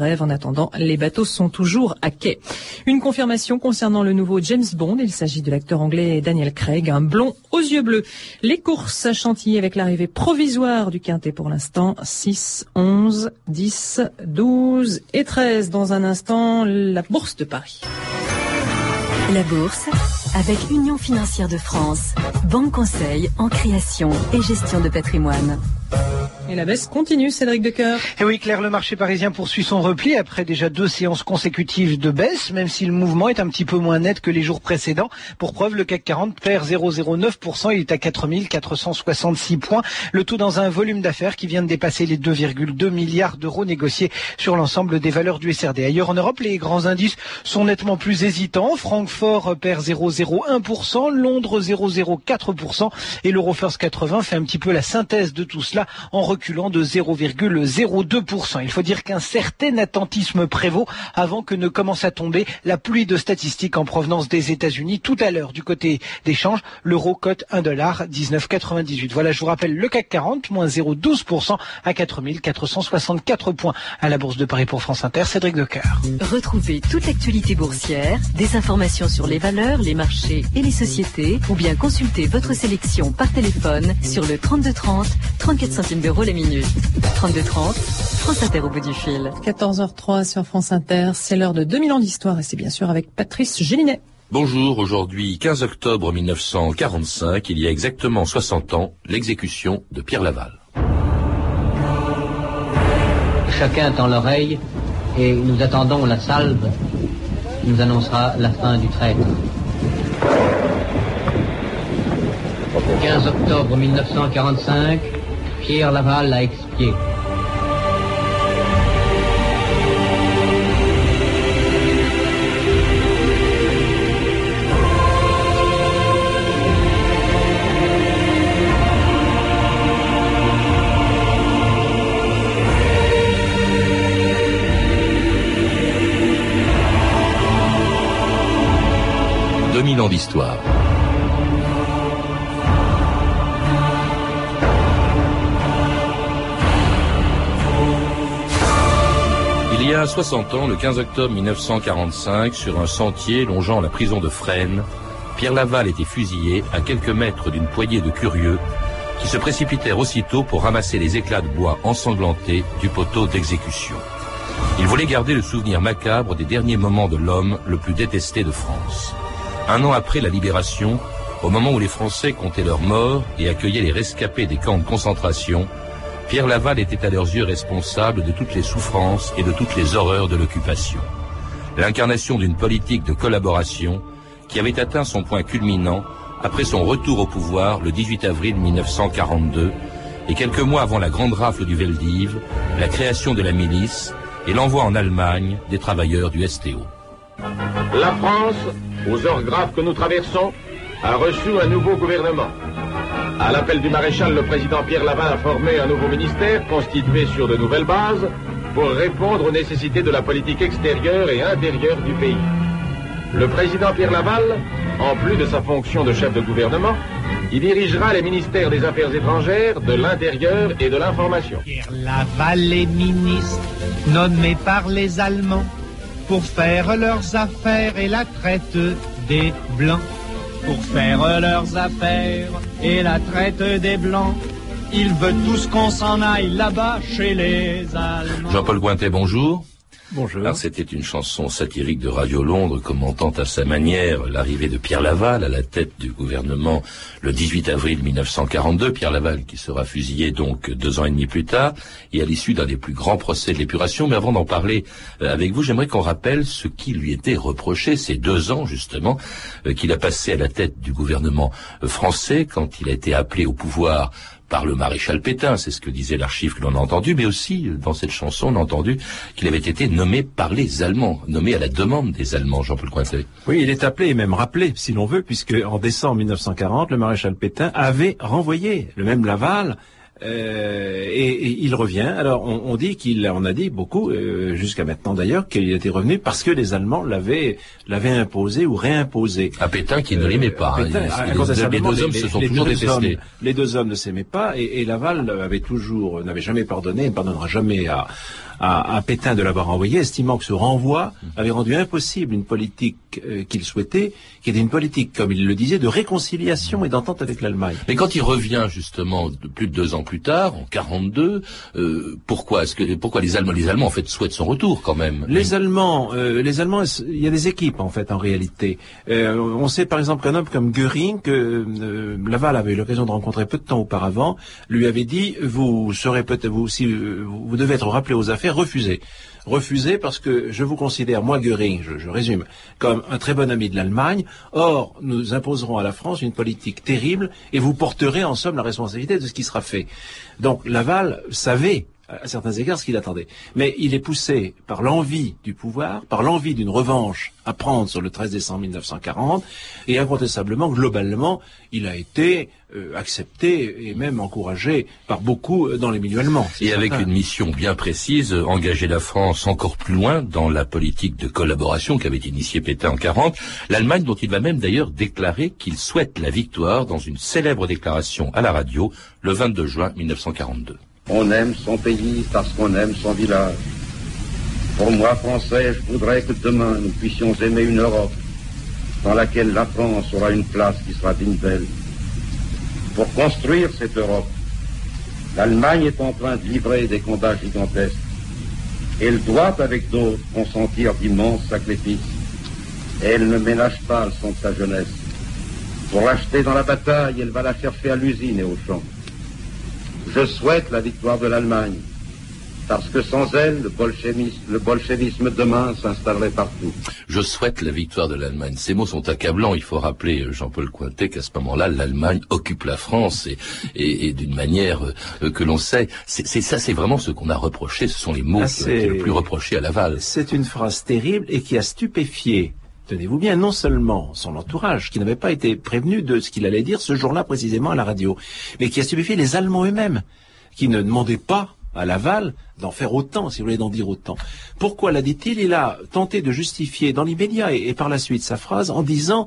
grève. En attendant, les bateaux sont toujours à quai. Une confirmation concernant le nouveau James Bond. Il s'agit de l'acteur anglais Daniel Craig, un blond aux yeux bleus. Les courses à Chantilly avec l'arrivée provisoire du Quintet pour l'instant. 6, 11, 10, 12 et 13. Dans un instant, la Bourse de Paris. La Bourse, avec Union Financière de France, banque conseil en création et gestion de patrimoine. Et la baisse continue, Cédric Decoeur. Et oui, Claire, le marché parisien poursuit son repli après déjà 2 séances consécutives de baisse, même si le mouvement est un petit peu moins net que les jours précédents. Pour preuve, le CAC 40 perd 0,09%, il est à 4466 points. Le tout dans un volume d'affaires qui vient de dépasser les 2,2 milliards d'euros négociés sur l'ensemble des valeurs du SRD. Ailleurs en Europe, les grands indices sont nettement plus hésitants. Francfort perd 0,01%, Londres 0,04% et l'Euro First 80 fait un petit peu la synthèse de tout cela en reculant de 0,02%. Il faut dire qu'un certain attentisme prévaut avant que ne commence à tomber la pluie de statistiques en provenance des États-Unis. Tout à l'heure, du côté des changes, l'euro cote $1,19,98. Voilà, je vous rappelle, le CAC 40, moins 0,12% à 4464 points. À la Bourse de Paris pour France Inter, Cédric Decoeur. Retrouvez toute l'actualité boursière, des informations sur les valeurs, les marchés et les sociétés, ou bien consultez votre sélection par téléphone sur le 3230, 34 centimes d'euros la minute. 3230, France Inter au bout du fil. 14h03 sur France Inter, c'est l'heure de 2000 ans d'histoire et c'est bien sûr avec Patrice Gélinet. Bonjour, aujourd'hui 15 octobre 1945, il y a exactement 60 ans, l'exécution de Pierre Laval. Chacun tend l'oreille et nous attendons la salve qui nous annoncera la fin du traître. 15 octobre 1945, Pierre Laval l'a expié. Ans d'histoire. Il y a 60 ans, le 15 octobre 1945, sur un sentier longeant la prison de Fresnes, Pierre Laval était fusillé à quelques mètres d'une poignée de curieux qui se précipitèrent aussitôt pour ramasser les éclats de bois ensanglantés du poteau d'exécution. Il voulait garder le souvenir macabre des derniers moments de l'homme le plus détesté de France. Un an après la libération, au moment où les Français comptaient leurs morts et accueillaient les rescapés des camps de concentration, Pierre Laval était à leurs yeux responsable de toutes les souffrances et de toutes les horreurs de l'occupation. L'incarnation d'une politique de collaboration qui avait atteint son point culminant après son retour au pouvoir le 18 avril 1942 et quelques mois avant la grande rafle du Veldiv, la création de la milice et l'envoi en Allemagne des travailleurs du STO. La France, aux heures graves que nous traversons, a reçu un nouveau gouvernement. À l'appel du maréchal, le président Pierre Laval a formé un nouveau ministère constitué sur de nouvelles bases pour répondre aux nécessités de la politique extérieure et intérieure du pays. Le président Pierre Laval, en plus de sa fonction de chef de gouvernement, il dirigera les ministères des Affaires étrangères, de l'Intérieur et de l'Information. Pierre Laval est ministre, nommé par les Allemands, pour faire leurs affaires et la traite des Blancs. Pour faire leurs affaires et la traite des Blancs, il veut tous qu'on s'en aille là-bas chez les Allemands. Jean-Paul Cointet, bonjour. Bonjour. Alors, c'était une chanson satirique de Radio Londres commentant à sa manière l'arrivée de Pierre Laval à la tête du gouvernement le 18 avril 1942. Pierre Laval qui sera fusillé donc 2 ans et demi plus tard et à l'issue d'un des plus grands procès de l'épuration. Mais avant d'en parler avec vous, j'aimerais qu'on rappelle ce qui lui était reproché ces 2 ans justement qu'il a passé à la tête du gouvernement français quand il a été appelé au pouvoir par le maréchal Pétain, c'est ce que disait l'archive que l'on a entendu, mais aussi, dans cette chanson, on a entendu qu'il avait été nommé par les Allemands, nommé à la demande des Allemands, Jean-Paul Cointet. Oui, il est appelé et même rappelé, si l'on veut, puisque en décembre 1940, le maréchal Pétain avait renvoyé le même Laval, et il revient. Alors, on dit on a dit beaucoup, jusqu'à maintenant d'ailleurs, qu'il était revenu parce que les Allemands l'avaient imposé ou réimposé. À Pétain qui ne l'aimait pas. Pétain, les 2 hommes se sont toujours détestés. Les 2 hommes ne s'aimaient pas et Laval n'avait jamais pardonné, ne pardonnera jamais à Pétain de l'avoir renvoyé, estimant que ce renvoi avait rendu impossible une politique qu'il souhaitait, qui était une politique, comme il le disait, de réconciliation et d'entente avec l'Allemagne. Mais quand il revient justement plus de 2 ans plus tard, en 42, pourquoi les Allemands en fait souhaitent son retour quand même? Les Allemands, il y a des équipes en fait en réalité. On sait par exemple qu'un homme comme Göring, que Laval avait eu l'occasion de rencontrer peu de temps auparavant, lui avait dit vous devez être rappelé aux affaires, refusez parce que je vous considère, moi Göring, je résume, comme un très bon ami de l'Allemagne. Or, nous imposerons à la France une politique terrible et vous porterez en somme la responsabilité de ce qui sera fait. Donc Laval savait à certains égards ce qu'il attendait. Mais il est poussé par l'envie du pouvoir, par l'envie d'une revanche à prendre sur le 13 décembre 1940, et incontestablement, globalement, il a été accepté et même encouragé par beaucoup dans les milieux allemands. Et avec une mission bien précise, engager la France encore plus loin dans la politique de collaboration qu'avait initiée Pétain en 40, l'Allemagne dont il va même d'ailleurs déclarer qu'il souhaite la victoire dans une célèbre déclaration à la radio le 22 juin 1942. On aime son pays parce qu'on aime son village. Pour moi, Français, je voudrais que demain nous puissions aimer une Europe dans laquelle la France aura une place qui sera digne d'elle. Pour construire cette Europe, l'Allemagne est en train de livrer des combats gigantesques. Elle doit, avec d'autres, consentir d'immenses sacrifices. Et elle ne ménage pas le son de sa jeunesse. Pour l'acheter dans la bataille, elle va la chercher à l'usine et au champ. Je souhaite la victoire de l'Allemagne, parce que sans elle, le bolchevisme demain s'installerait partout. Je souhaite la victoire de l'Allemagne. Ces mots sont accablants. Il faut rappeler, Jean-Paul Cointet, qu'à ce moment-là, l'Allemagne occupe la France et d'une manière que l'on sait. C'est vraiment ce qu'on a reproché. Ce sont les mots qui ont été le plus reprochés à Laval. C'est une phrase terrible et qui a stupéfié, tenez-vous bien, non seulement son entourage, qui n'avait pas été prévenu de ce qu'il allait dire ce jour-là précisément à la radio, mais qui a stupéfié les Allemands eux-mêmes, qui ne demandaient pas à Laval d'en faire autant, si vous voulez, d'en dire autant. Pourquoi l'a dit-il? Il a tenté de justifier dans l'immédiat et par la suite sa phrase en disant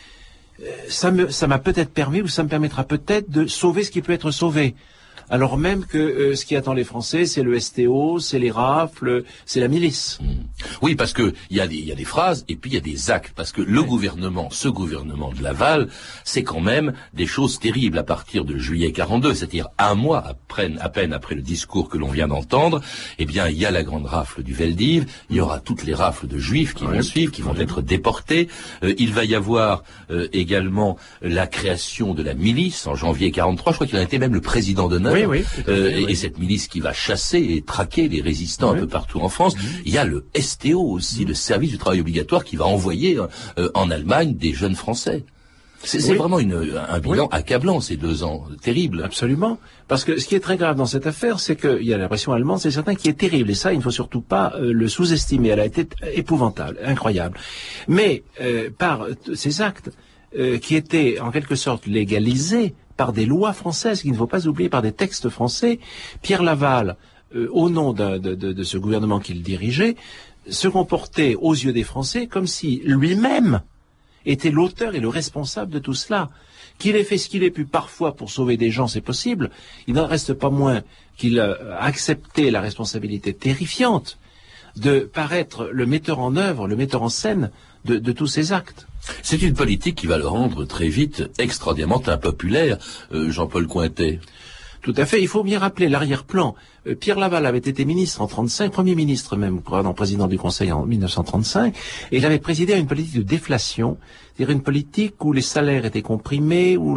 ça m'a peut-être permis ou ça me permettra peut-être de sauver ce qui peut être sauvé. Alors même que ce qui attend les Français, c'est le STO, c'est les rafles, c'est la milice. Oui, parce que il y a des phrases et puis il y a des actes. Parce que ce gouvernement de Laval, c'est quand même des choses terribles à partir de juillet 42, c'est-à-dire un mois à peine après le discours que l'on vient d'entendre. Eh bien, il y a la grande rafle du Veldiv, il y aura toutes les rafles de Juifs qui vont suivre, qui vont être déportés. Il va y avoir également la création de la milice en janvier 43. Je crois qu'il en était même le président d'honneur. Oui, et cette milice qui va chasser et traquer les résistants un peu partout en France. Il y a le STO aussi, le service du travail obligatoire, qui va envoyer en Allemagne des jeunes Français. C'est vraiment un bilan accablant, ces 2 ans, terrible. Absolument. Parce que ce qui est très grave dans cette affaire, c'est qu'il y a la pression allemande, c'est certain, qui est terrible. Et ça, il ne faut surtout pas le sous-estimer. Elle a été épouvantable, incroyable. Mais par ces actes qui étaient en quelque sorte légalisés par des lois françaises, qu'il ne faut pas oublier, par des textes français, Pierre Laval, au nom de ce gouvernement qu'il dirigeait, se comportait aux yeux des Français comme si lui-même était l'auteur et le responsable de tout cela. Qu'il ait fait ce qu'il ait pu parfois pour sauver des gens, c'est possible. Il n'en reste pas moins qu'il a accepté la responsabilité terrifiante de paraître le metteur en œuvre, le metteur en scène de tous ces actes. C'est une politique qui va le rendre très vite extraordinairement impopulaire, Jean-Paul Cointet. Tout à fait. Il faut bien rappeler l'arrière-plan. Pierre Laval avait été ministre en 35, Premier ministre même, président du Conseil en 1935, et il avait présidé à une politique de déflation, c'est-à-dire une politique où les salaires étaient comprimés, où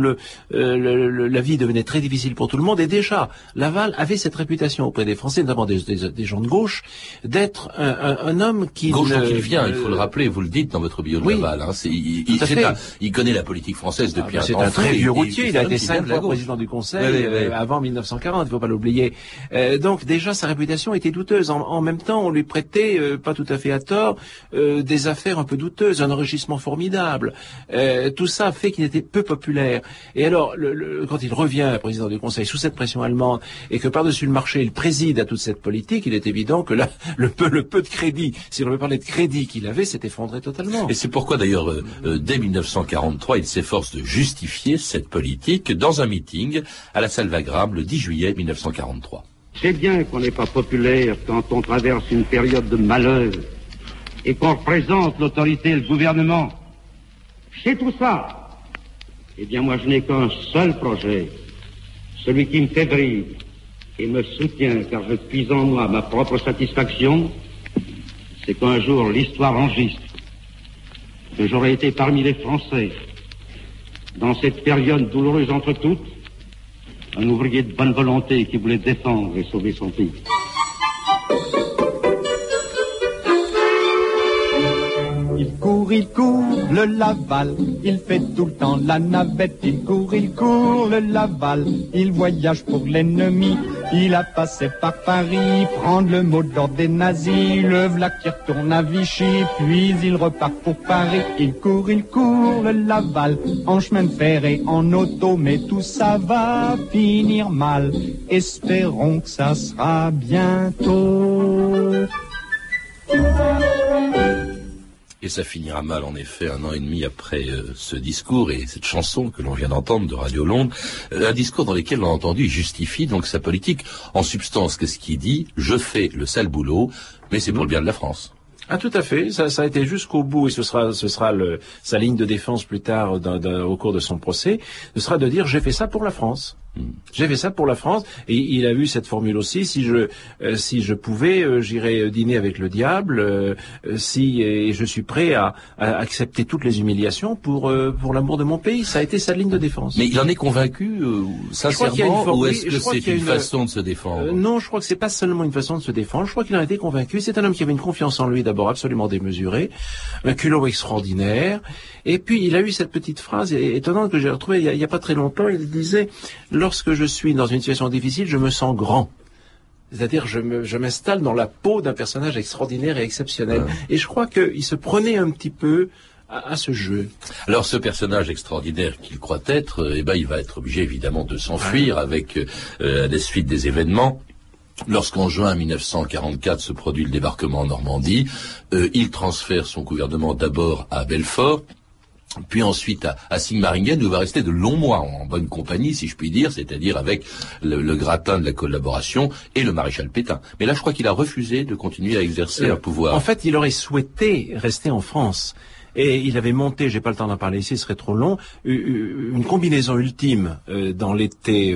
la vie devenait très difficile pour tout le monde, et déjà, Laval avait cette réputation auprès des Français, notamment des gens de gauche, d'être un homme qui... Gauche dont il vient, il faut le rappeler, vous le dites dans votre bio de Laval. Hein, il connaît la politique française depuis un temps. C'est un très vieux routier, il a été 5 fois président du Conseil avant 1940, il ne faut pas l'oublier. Donc déjà sa réputation était douteuse. En même temps, on lui prêtait, pas tout à fait à tort, des affaires un peu douteuses, un enrichissement formidable. Tout ça fait qu'il était peu populaire. Et alors, quand il revient président du Conseil sous cette pression allemande et que par-dessus le marché, il préside à toute cette politique, il est évident que là, le peu de crédit, si on veut parler de crédit qu'il avait, s'est effondré totalement. Et c'est pourquoi d'ailleurs, dès 1943, il s'efforce de justifier cette politique dans un meeting à la salle Wagram le 10 juillet 1943. C'est bien qu'on n'est pas populaire quand on traverse une période de malheur et qu'on représente l'autorité et le gouvernement. C'est tout ça. Eh bien, moi, je n'ai qu'un seul projet, celui qui me fait briller et me soutient, car je puise en moi ma propre satisfaction, c'est qu'un jour l'histoire enregistre que j'aurais été parmi les Français, dans cette période douloureuse entre toutes, un ouvrier de bonne volonté qui voulait défendre et sauver son pays. Il court, le Laval, il fait tout le temps la navette, il court, le Laval, il voyage pour l'ennemi, il a passé par Paris, prendre le mot d'ordre des nazis, le v'là qui retourne à Vichy, puis il repart pour Paris, il court, le Laval, en chemin de fer et en auto, mais tout ça va finir mal, espérons que ça sera bientôt. Et ça finira mal, en effet, 1 an et demi après ce discours et cette chanson que l'on vient d'entendre de Radio Londres, un discours dans lequel on a entendu, il justifie donc sa politique. En substance, qu'est-ce qu'il dit? Je fais le sale boulot, mais c'est pour le bien de la France. Ah, tout à fait. Ça a été jusqu'au bout, et ce sera sa ligne de défense plus tard au cours de son procès. Ce sera de dire j'ai fait ça pour la France. J'ai fait ça pour la France, et il a eu cette formule aussi. Si je pouvais, j'irais dîner avec le diable. Et je suis prêt à accepter toutes les humiliations pour l'amour de mon pays. Ça a été sa ligne de défense. Mais il en est convaincu, sincèrement, ou est-ce que c'est une façon de se défendre? Non, je crois que c'est pas seulement une façon de se défendre. Je crois qu'il en a été convaincu. C'est un homme qui avait une confiance en lui d'abord absolument démesurée, un culot extraordinaire. Et puis il a eu cette petite phrase étonnante que j'ai retrouvée il y a pas très longtemps. Il disait: lorsque je suis dans une situation difficile, je me sens grand. C'est-à-dire, je m'installe dans la peau d'un personnage extraordinaire et exceptionnel. Ouais. Et je crois qu'il se prenait un petit peu à ce jeu. Alors, ce personnage extraordinaire qu'il croit être, il va être obligé évidemment de s'enfuir avec la suite des événements. Lorsqu'en juin 1944 se produit le débarquement en Normandie, il transfère son gouvernement d'abord à Belfort, puis ensuite à Sigmaringen, où il va rester de longs mois en bonne compagnie, si je puis dire, c'est-à-dire avec le gratin de la collaboration et le maréchal Pétain. Mais là, je crois qu'il a refusé de continuer à exercer un pouvoir. En fait, il aurait souhaité rester en France. Et il avait monté, j'ai pas le temps d'en parler ici, ce serait trop long, une combinaison ultime dans l'été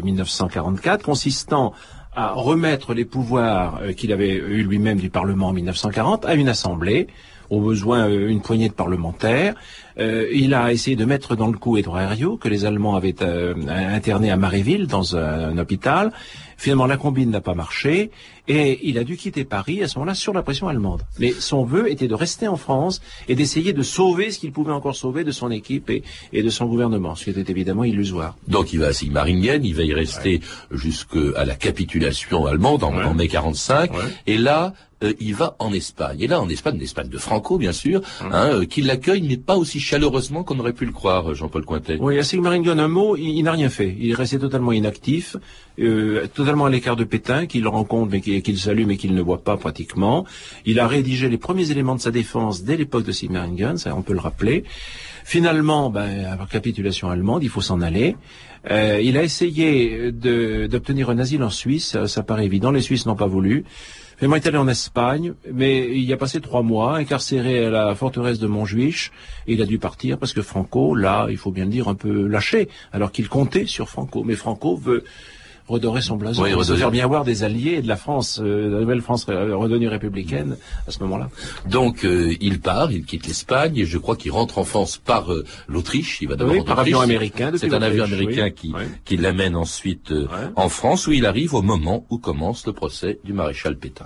1944, consistant à remettre les pouvoirs qu'il avait eu lui-même du Parlement en 1940 à une assemblée, au besoin une poignée de parlementaires. Il a essayé de mettre dans le coup Édouard Herriot, que les Allemands avaient interné à Maréville, dans un hôpital. Finalement, la combine n'a pas marché, et il a dû quitter Paris à ce moment-là sur la pression allemande. Mais son vœu était de rester en France et d'essayer de sauver ce qu'il pouvait encore sauver de son équipe et de son gouvernement, ce qui était évidemment illusoire. Donc il va à Sigmaringen, il va y rester jusqu'à la capitulation allemande en mai 45, et là, il va en Espagne. Et là, en Espagne de Franco, bien sûr, qui l'accueille, mais pas aussi chaleureusement qu'on aurait pu le croire, Jean-Paul Cointet. Oui, à Sigmaringen, un mot, il n'a rien fait. Il est resté totalement inactif, totalement à l'écart de Pétain, qu'il rencontre, mais qu'il salue, mais qu'il ne voit pas pratiquement. Il a rédigé les premiers éléments de sa défense dès l'époque de Sigmaringen, ça on peut le rappeler. Finalement, après capitulation allemande, il faut s'en aller. Il a essayé d'obtenir un asile en Suisse, ça paraît évident, les Suisses n'ont pas voulu. Finalement, il est allé en Espagne, mais il y a passé 3 mois, incarcéré à la forteresse de Montjuich, et il a dû partir parce que Franco, là, il faut bien le dire, un peu lâché, alors qu'il comptait sur Franco. Mais Franco veut redorer son blason, se faire bien voir des alliés de la France, de la nouvelle France redevenue républicaine à ce moment-là. Donc il part, il quitte l'Espagne, et je crois qu'il rentre en France par l'Autriche. Il va d'abord par avion américain. C'est un avion américain qui l'amène ensuite en France, où il arrive au moment où commence le procès du maréchal Pétain.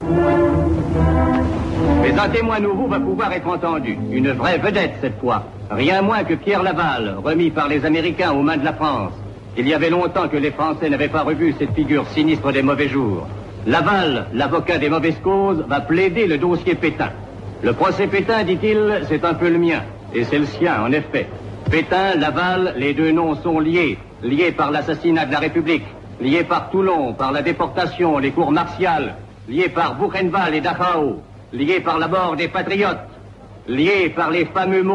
Mais un témoin nouveau va pouvoir être entendu. Une vraie vedette cette fois. Rien moins que Pierre Laval, remis par les Américains aux mains de la France. Il y avait longtemps que les Français n'avaient pas revu cette figure sinistre des mauvais jours. Laval, l'avocat des mauvaises causes, va plaider le dossier Pétain. Le procès Pétain, dit-il, c'est un peu le mien. Et c'est le sien, en effet. Pétain, Laval, les deux noms sont liés. Liés par l'assassinat de la République. Liés par Toulon, par la déportation, les cours martiales. Liés par Buchenwald et Dachau. Liés par la mort des patriotes. Liés par les fameux mots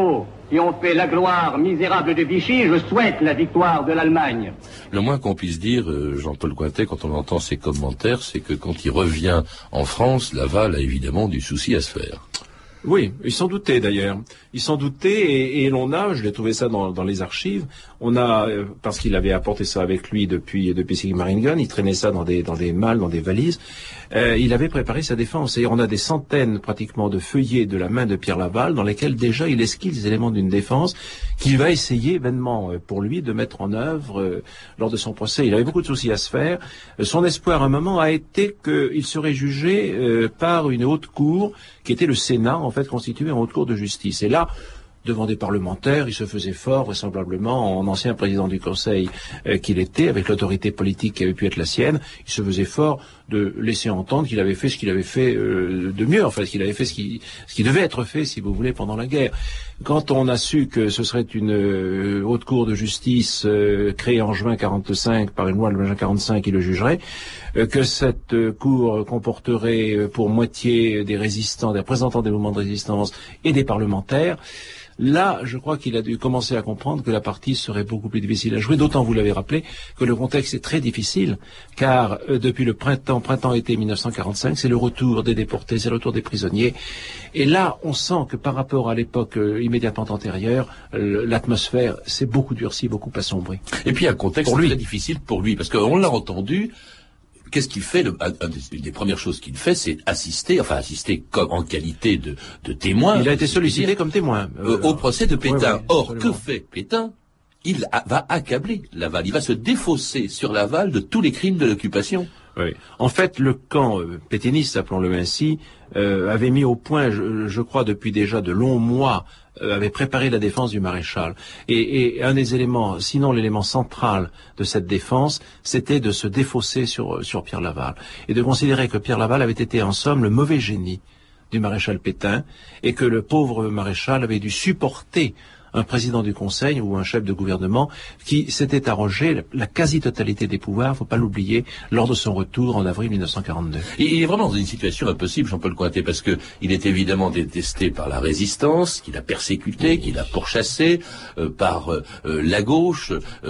qui ont fait la gloire misérable de Vichy, je souhaite la victoire de l'Allemagne. Le moins qu'on puisse dire, Jean-Paul Cointet, quand on entend ses commentaires, c'est que quand il revient en France, Laval a évidemment du souci à se faire. Oui, ils s'en doutaient d'ailleurs. Ils s'en doutaient et l'on a, je l'ai trouvé ça dans les archives, on a, parce qu'il avait apporté ça avec lui depuis Sigmaringen, il traînait ça dans des malles, dans des valises, il avait préparé sa défense. Et on a des centaines pratiquement de feuillets de la main de Pierre Laval dans lesquels déjà il esquisse les éléments d'une défense qu'il va essayer vainement pour lui de mettre en œuvre lors de son procès. Il avait beaucoup de soucis à se faire. Son espoir à un moment a été qu'il serait jugé par une haute cour qui était le Sénat, en fait constitué en haute cour de justice. Et là, devant des parlementaires, il se faisait fort, vraisemblablement, en ancien président du Conseil qu'il était, avec l'autorité politique qui avait pu être la sienne, il se faisait fort de laisser entendre qu'il avait fait ce qu'il avait fait de mieux, en fait, qu'il avait fait ce qui devait être fait, si vous voulez, pendant la guerre. Quand on a su que ce serait une haute cour de justice créée en juin 45 par une loi de juin 45 qui le jugerait, que cette cour comporterait pour moitié des résistants, des représentants des mouvements de résistance et des parlementaires, là, je crois qu'il a dû commencer à comprendre que la partie serait beaucoup plus difficile à jouer, d'autant, vous l'avez rappelé, que le contexte est très difficile, car depuis le printemps-été 1945, c'est le retour des déportés, c'est le retour des prisonniers. Et là, on sent que par rapport à l'époque immédiatement antérieure, l'atmosphère s'est beaucoup durcie, beaucoup assombrie. Et puis un contexte très difficile pour lui, parce qu'on l'a entendu. Qu'est-ce qu'il fait? Une des premières choses qu'il fait, c'est assister comme en qualité de témoin. Il a été sollicité comme témoin au procès de Pétain. Oui, Or, absolument. que fait Pétain? Il va accabler Laval. Il va se défausser sur Laval de tous les crimes de l'occupation. Oui. En fait, le camp pétainiste, appelons-le ainsi, avait mis au point, je crois, depuis déjà de longs mois, avait préparé la défense du maréchal. Et un des éléments, sinon l'élément central de cette défense, c'était de se défausser sur Pierre Laval. Et de considérer que Pierre Laval avait été, en somme, le mauvais génie du maréchal Pétain, et que le pauvre maréchal avait dû supporter un président du Conseil ou un chef de gouvernement qui s'était arrogé la quasi-totalité des pouvoirs, faut pas l'oublier, lors de son retour en avril 1942. Il est vraiment dans une situation impossible, Jean-Paul Cointet, parce que il est évidemment détesté par la résistance, qu'il a persécuté, qu'il a pourchassé, par la gauche,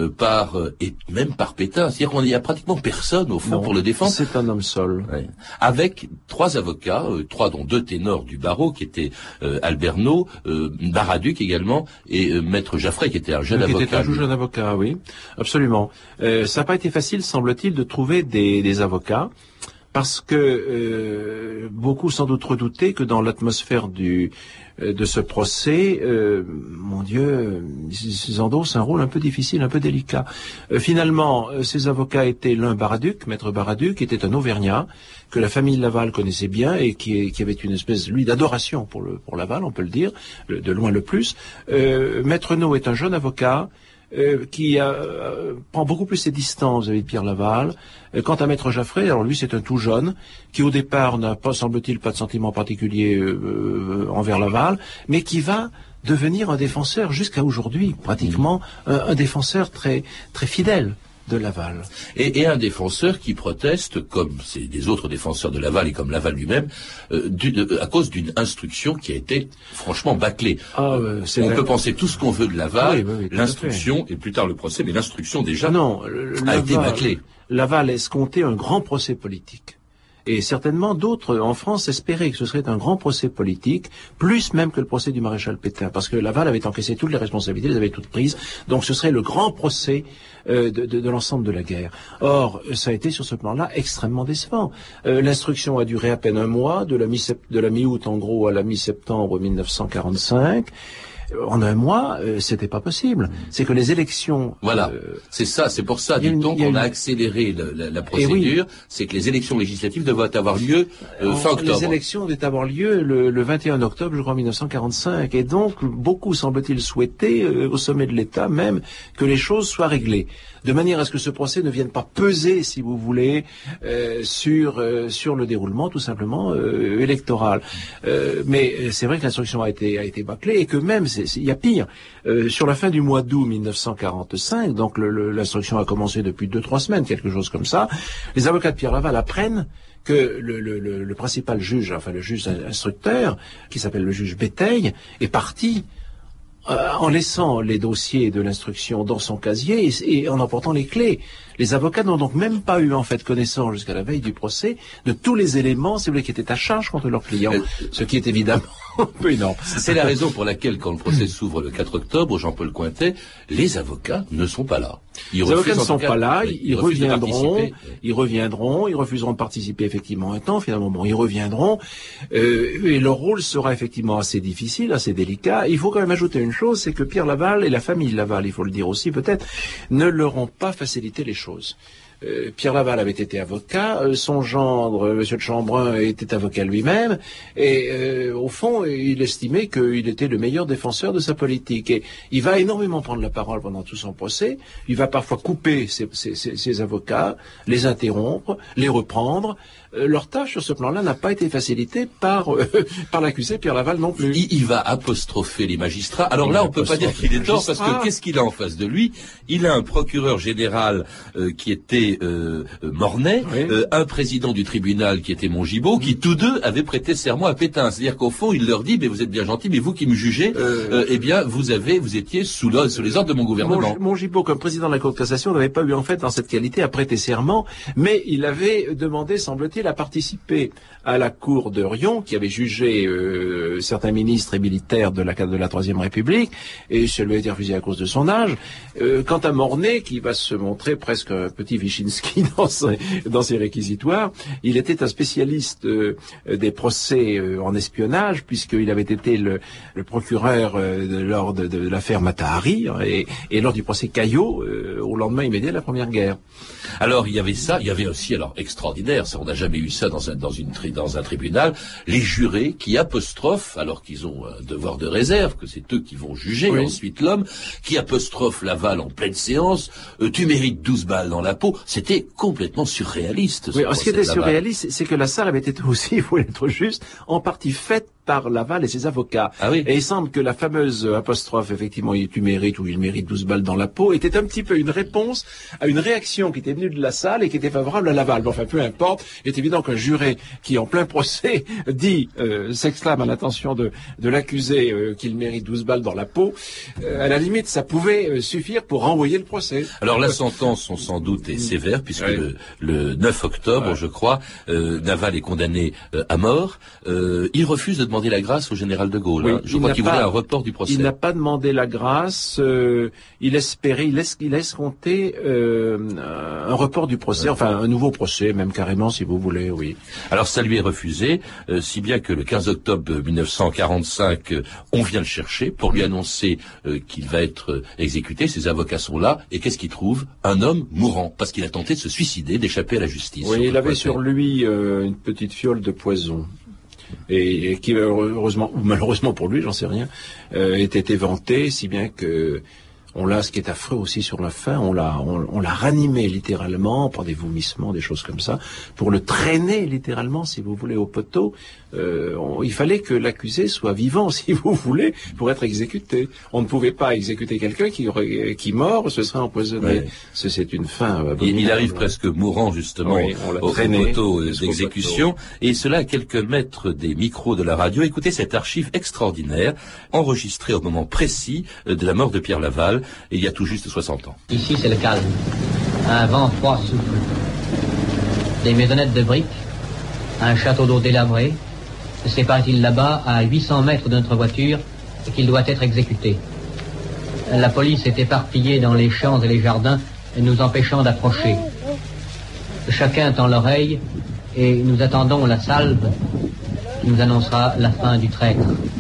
et même par Pétain. C'est-à-dire qu'il n'y a pratiquement personne, au fond, pour le défendre. C'est un homme seul. Ouais. Avec 3 avocats, 3 dont 2 ténors du barreau, qui étaient Alberno, Baraduc également, et Maître Jaffray, qui était un jeune avocat. Qui était un jeune avocat, oui, absolument. Ça n'a pas été facile, semble-t-il, de trouver des avocats, parce que beaucoup sans doute redoutaient que dans l'atmosphère de ce procès, mon Dieu, ils endossent un rôle un peu difficile, un peu délicat. Finalement, ces avocats étaient l'un Baraduc, Maître Baraduc, qui était un Auvergnat, que la famille Laval connaissait bien et qui avait une espèce, lui, d'adoration pour Laval, on peut le dire, de loin le plus. Maître No est un jeune avocat, qui prend beaucoup plus ses distances avec Pierre Laval. Quant à Maître Jaffray, alors lui c'est un tout jeune, qui au départ n'a pas, semble-t-il, pas de sentiment particulier envers Laval, mais qui va devenir un défenseur jusqu'à aujourd'hui, pratiquement, un défenseur très, très fidèle de Laval. Et un défenseur qui proteste, comme c'est des autres défenseurs de Laval et comme Laval lui-même, à cause d'une instruction qui a été franchement bâclée. On peut penser tout ce qu'on veut de Laval, oui, l'instruction, et plus tard le procès, mais l'instruction déjà a été bâclée. Laval escomptait un grand procès politique. Et certainement d'autres en France espéraient que ce serait un grand procès politique, plus même que le procès du maréchal Pétain, parce que Laval avait encaissé toutes les responsabilités, les avait toutes prises, donc ce serait le grand procès de l'ensemble de la guerre. Or, ça a été sur ce plan-là extrêmement décevant. L'instruction a duré à peine un mois, de la mi-août en gros à la mi-septembre 1945. En un mois, c'était pas possible. C'est que les élections... Voilà, c'est ça, c'est pour ça, dit-on, qu'on a accéléré la procédure, c'est que les élections législatives devaient avoir lieu fin octobre. Les élections devaient avoir lieu le 21 octobre, je crois, 1945, et donc beaucoup, semble-t-il, souhaiter, au sommet de l'État même, que les choses soient réglées, de manière à ce que ce procès ne vienne pas peser, si vous voulez, sur le déroulement, tout simplement, électoral. Mais c'est vrai que l'instruction a été bâclée, et que même, il y a pire. Sur la fin du mois d'août 1945, donc l'instruction a commencé depuis 2-3 semaines, quelque chose comme ça, les avocats de Pierre Laval apprennent que le principal juge, enfin le juge instructeur, qui s'appelle le juge Béteille, est parti en laissant les dossiers de l'instruction dans son casier et en emportant les clés. Les avocats n'ont donc même pas eu en fait connaissance jusqu'à la veille du procès de tous les éléments, si vous voulez, qui étaient à charge contre leurs clients, ce qui est évidemment un peu énorme. C'est la raison pour laquelle, quand le procès s'ouvre le 4 octobre, Jean-Paul Cointet, les avocats ne sont pas là. Les avocats ne sont pas là, ils reviendront, ils refuseront de participer effectivement un temps, finalement, bon, ils reviendront, et leur rôle sera effectivement assez difficile, assez délicat. Il faut quand même ajouter une chose, c'est que Pierre Laval et la famille Laval, il faut le dire aussi peut-être, ne leur ont pas facilité les choses. Pierre Laval avait été avocat, son gendre, Monsieur de Chambrun, était avocat lui-même, et au fond, il estimait qu'il était le meilleur défenseur de sa politique. Et il va énormément prendre la parole pendant tout son procès, il va parfois couper ses avocats, les interrompre, les reprendre. Leur tâche sur ce plan-là n'a pas été facilitée par l'accusé Pierre Laval non plus. Il va apostropher les magistrats. Alors là, on peut pas dire qu'il est tort, parce que qu'est-ce qu'il a en face de lui? Il a un procureur général qui était Mornay, un président du tribunal qui était Mongibaud, qui tous deux avaient prêté serment à Pétain. C'est-à-dire qu'au fond, il leur dit, mais vous êtes bien gentils, mais vous qui me jugez, eh bien, vous étiez sous les ordres de mon gouvernement. Mongibaud, comme président de la Cour de cassation, n'avait pas eu en fait dans cette qualité à prêter serment, mais il avait demandé, semble-t-il, à participer à la Cour de Riom, qui avait jugé certains ministres et militaires de la Troisième République, et ça lui a été refusé à cause de son âge. Quant à Mornay, qui va se montrer presque un petit Wyszynski dans ses réquisitoires, il était un spécialiste des procès en espionnage, puisqu'il avait été le procureur lors de l'affaire Mata-Hari, et lors du procès Caillot, au lendemain immédiat de la Première Guerre. Alors, il y avait ça, il y avait aussi, alors, extraordinaire, ça, on n'a jamais eu ça dans un tribunal, les jurés qui apostrophent, alors qu'ils ont un devoir de réserve, que c'est eux qui vont juger ensuite l'homme, qui apostrophe Laval en pleine séance, tu mérites 12 balles dans la peau. C'était complètement surréaliste. Ce qui était surréaliste, c'est que la salle avait été aussi, il faut être juste, en partie faite par Laval et ses avocats. Ah oui. Et il semble que la fameuse apostrophe, effectivement, tu mérites ou il mérite 12 balles dans la peau, était un petit peu une réponse à une réaction qui était venue de la salle et qui était favorable à Laval. Bon, enfin, peu importe. Il est évident qu'un juré qui, en plein procès, s'exclame à l'attention de l'accusé qu'il mérite 12 balles dans la peau, à la limite, ça pouvait suffire pour renvoyer le procès. Alors, la sentence, on sans doute, est sévère, puisque le 9 octobre, je crois, Laval est condamné à mort. Il refuse de demander la grâce au général de Gaulle. Oui, je crois qu'il voulait un report du procès. Il n'a pas demandé la grâce. Il espérait, il a escompté un report du procès, enfin un nouveau procès, même carrément, si vous voulez, oui. Alors ça lui est refusé, si bien que le 15 octobre 1945, on vient le chercher pour lui annoncer qu'il va être exécuté. Ses avocats sont là, et qu'est-ce qu'il trouve? Un homme mourant, parce qu'il a tenté de se suicider, d'échapper à la justice. Oui, il avait sur lui une petite fiole de poison. Et qui, heureusement ou malheureusement pour lui, j'en sais rien, était éventé, si bien que ce qui est affreux aussi sur la fin, on l'a ranimé littéralement par des vomissements, des choses comme ça, pour le traîner littéralement, si vous voulez, au poteau. Il fallait que l'accusé soit vivant, si vous voulez, pour être exécuté. On ne pouvait pas exécuter quelqu'un qui mort, ce serait empoisonné. Ouais. C'est une fin. Il arrive presque mourant, justement, au poteau d'exécution. Et cela à quelques mètres des micros de la radio. Écoutez cette archive extraordinaire, enregistrée au moment précis de la mort de Pierre Laval, il y a tout juste 60 ans. Ici, c'est le calme. Un vent froid souffle. Des maisonnettes de briques, un château d'eau délabré. C'est paraît-il là-bas, à 800 mètres de notre voiture, qu'il doit être exécuté. La police est éparpillée dans les champs et les jardins, nous empêchant d'approcher. Chacun tend l'oreille, et nous attendons la salve qui nous annoncera la fin du traître.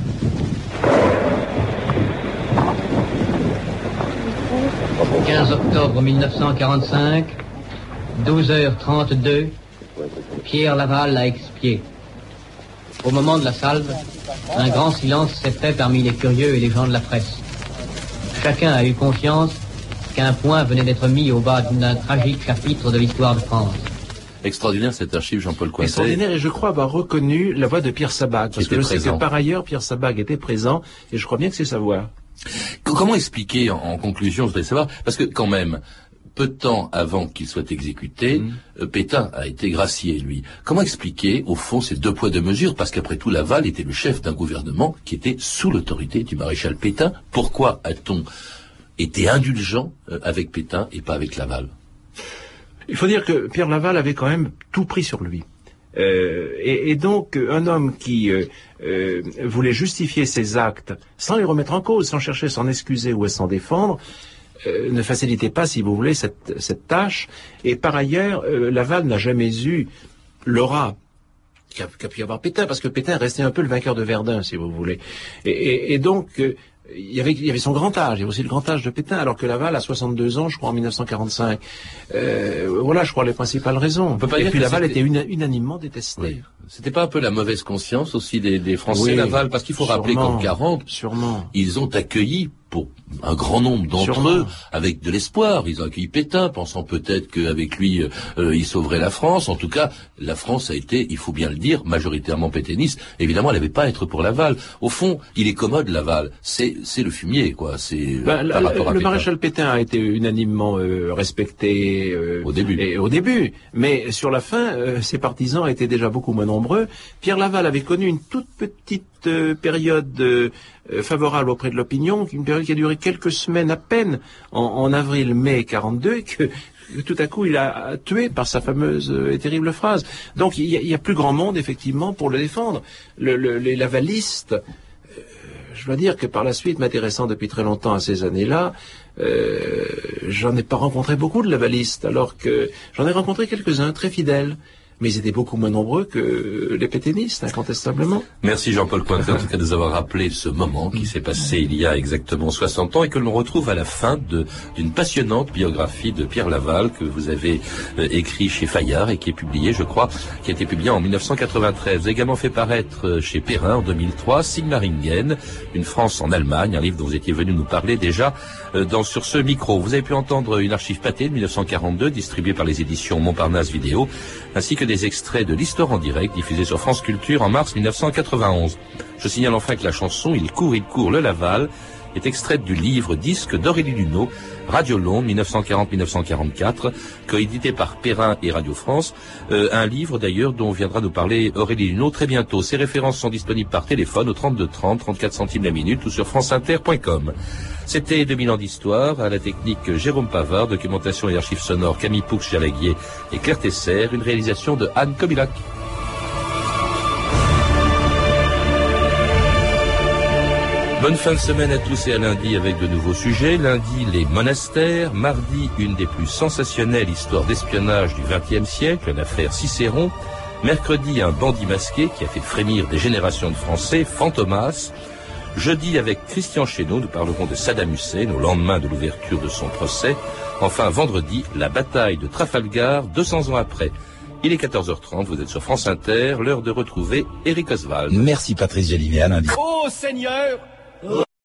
« 15 octobre 1945, 12h32, Pierre Laval a expié. Au moment de la salve, un grand silence s'est fait parmi les curieux et les gens de la presse. Chacun a eu conscience qu'un point venait d'être mis au bas d'un tragique chapitre de l'histoire de France. » Extraordinaire cette archive, Jean-Paul Cointet. Extraordinaire, et je crois avoir reconnu la voix de Pierre Sabag, parce que je sais que par ailleurs Pierre Sabag était présent, et je crois bien que c'est sa voix. Comment expliquer, en conclusion, je voudrais savoir, parce que quand même, peu de temps avant qu'il soit exécuté, Pétain a été gracié, lui. Comment expliquer, au fond, ces deux poids deux mesures? Parce qu'après tout, Laval était le chef d'un gouvernement qui était sous l'autorité du maréchal Pétain. Pourquoi a-t-on été indulgent avec Pétain et pas avec Laval? Il faut dire que Pierre Laval avait quand même tout pris sur lui. Et donc, un homme qui voulait justifier ses actes sans les remettre en cause, sans chercher à s'en excuser ou à s'en défendre, ne facilitait pas, si vous voulez, cette tâche. Et par ailleurs, Laval n'a jamais eu l'aura qu'a pu avoir Pétain, parce que Pétain restait un peu le vainqueur de Verdun, si vous voulez. Et donc, il y avait son grand âge, il y avait aussi le grand âge de Pétain, alors que Laval a 62 ans, je crois, en 1945. Voilà, je crois, les principales raisons. On peut pas et dire puis que Laval était unanimement détesté. Oui. C'était pas un peu la mauvaise conscience aussi des Français, oui, Laval? Parce qu'il faut rappeler qu'en 40, ils ont accueilli, pour un grand nombre d'entre eux, avec de l'espoir. Ils ont accueilli Pétain, pensant peut-être qu'avec lui, il sauverait la France. En tout cas, la France a été, il faut bien le dire, majoritairement pétainiste. Évidemment, elle n'avait pas à être pour Laval. Au fond, il est commode, Laval. C'est le fumier, quoi. C'est par rapport à le Pétain. maréchal Pétain a été unanimement respecté au début. Mais sur la fin, ses partisans étaient déjà beaucoup moins nombreux. Pierre Laval avait connu une toute petite période favorable auprès de l'opinion, une période qui a duré quelques semaines à peine en avril-mai 42, que tout à coup il a tué par sa fameuse et terrible phrase. Donc il y a plus grand monde effectivement pour le défendre. Les lavalistes, je dois dire que par la suite, m'intéressant depuis très longtemps à ces années-là, j'en ai pas rencontré beaucoup de lavalistes, alors que j'en ai rencontré quelques-uns très fidèles. Mais ils étaient beaucoup moins nombreux que les pétainistes, incontestablement. Merci Jean-Paul Cointet, en tout cas, de nous avoir rappelé ce moment qui s'est passé il y a exactement 60 ans et que l'on retrouve à la fin d'une passionnante biographie de Pierre Laval que vous avez écrit chez Fayard et qui est publiée, je crois, qui a été publiée en 1993. Vous avez également fait paraître chez Perrin en 2003 Sigmaringen, une France en Allemagne, un livre dont vous étiez venu nous parler déjà sur ce micro. Vous avez pu entendre une archive pâtée de 1942 distribuée par les éditions Montparnasse Vidéo, ainsi que des extraits de l'Histoire en direct diffusée sur France Culture en mars 1991. Je signale enfin que la chanson Il court, le Laval est extraite du livre disque d'Aurélie Luneau, Radio Londe 1940-1944, coédité par Perrin et Radio France, un livre d'ailleurs dont viendra nous parler Aurélie Luneau très bientôt. Ces références sont disponibles par téléphone au 32 30, 34 centimes la minute ou sur franceinter.com. C'était 2000 ans d'histoire, à la technique Jérôme Pavard, documentation et archives sonores Camille Poux-Jalaguier et Claire Tesser, une réalisation de Anne Kobilac. Bonne fin de semaine à tous et à lundi avec de nouveaux sujets. Lundi, les monastères. Mardi, une des plus sensationnelles histoires d'espionnage du XXe siècle, l'affaire Cicéron. Mercredi, un bandit masqué qui a fait frémir des générations de Français, Fantomas. Jeudi, avec Christian Chesneau, nous parlerons de Saddam Hussein au lendemain de l'ouverture de son procès. Enfin, vendredi, la bataille de Trafalgar, 200 ans après. Il est 14h30, vous êtes sur France Inter, l'heure de retrouver Éric Oswald. Merci Patrice Gélinet, à lundi. Oh Seigneur!